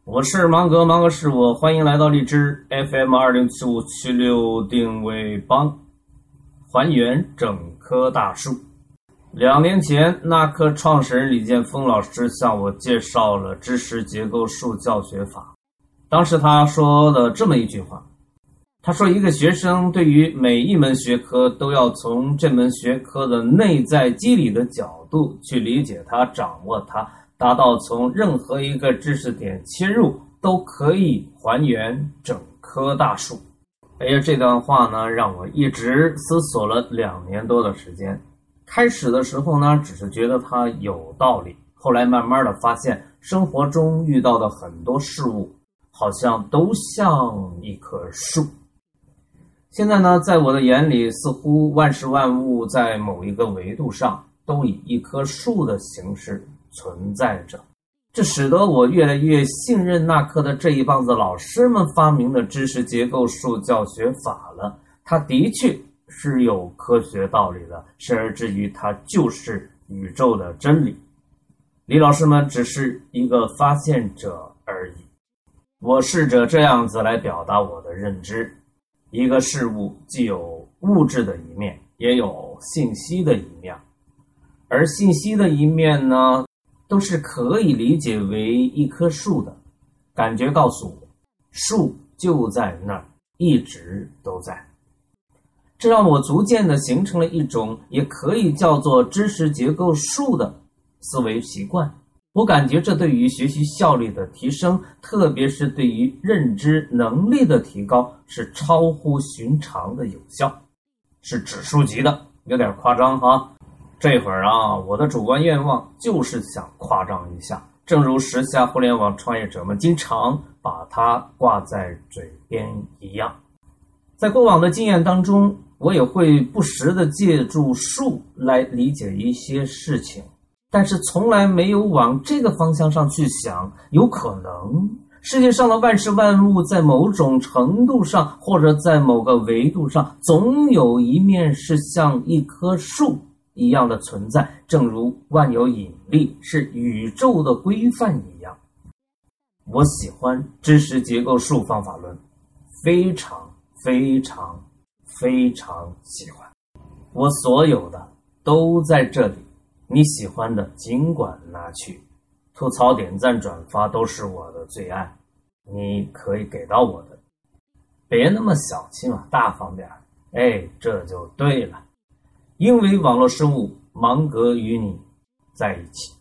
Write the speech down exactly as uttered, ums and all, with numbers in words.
我是芒格，芒格是我，欢迎来到荔枝 F M 二零七五七六定位帮，还原整棵大树。两年前，那棵创始人李建峰老师向我介绍了知识结构树教学法。当时他说的这么一句话，他说一个学生对于每一门学科都要从这门学科的内在机理的角度去理解它、掌握它，达到从任何一个知识点切入都可以还原整棵大树。哎呀，这段话呢让我一直思索了两年多的时间。开始的时候呢只是觉得它有道理，后来慢慢的发现生活中遇到的很多事物好像都像一棵树。现在呢在我的眼里，似乎万事万物在某一个维度上都以一棵树的形式存在着，这使得我越来越信任那棵的这一帮子老师们发明的知识结构树教学法了。它的确是有科学道理的，甚而至于它就是宇宙的真理。李老师们只是一个发现者而已。我试着这样子来表达我的认知，一个事物既有物质的一面，也有信息的一面，而信息的一面呢都是可以理解为一棵树的。感觉告诉我，树就在那儿，一直都在。这让我逐渐的形成了一种也可以叫做知识结构树的思维习惯。我感觉这对于学习效率的提升，特别是对于认知能力的提高，是超乎寻常的有效，是指数级的，有点夸张哈。这会儿啊，我的主观愿望就是想夸张一下，正如时下互联网创业者们经常把它挂在嘴边一样。在过往的经验当中，我也会不时地借助树来理解一些事情，但是从来没有往这个方向上去想，有可能世界上的万事万物在某种程度上，或者在某个维度上，总有一面是像一棵树一样的存在，正如万有引力是宇宙的规范一样。我喜欢知识结构树方法论，非常非常非常喜欢。我所有的都在这里，你喜欢的尽管拿去，吐槽点赞转发都是我的最爱，你可以给到我的，别那么小气嘛，大方点，哎，这就对了。因为网络生物，芒格与你在一起。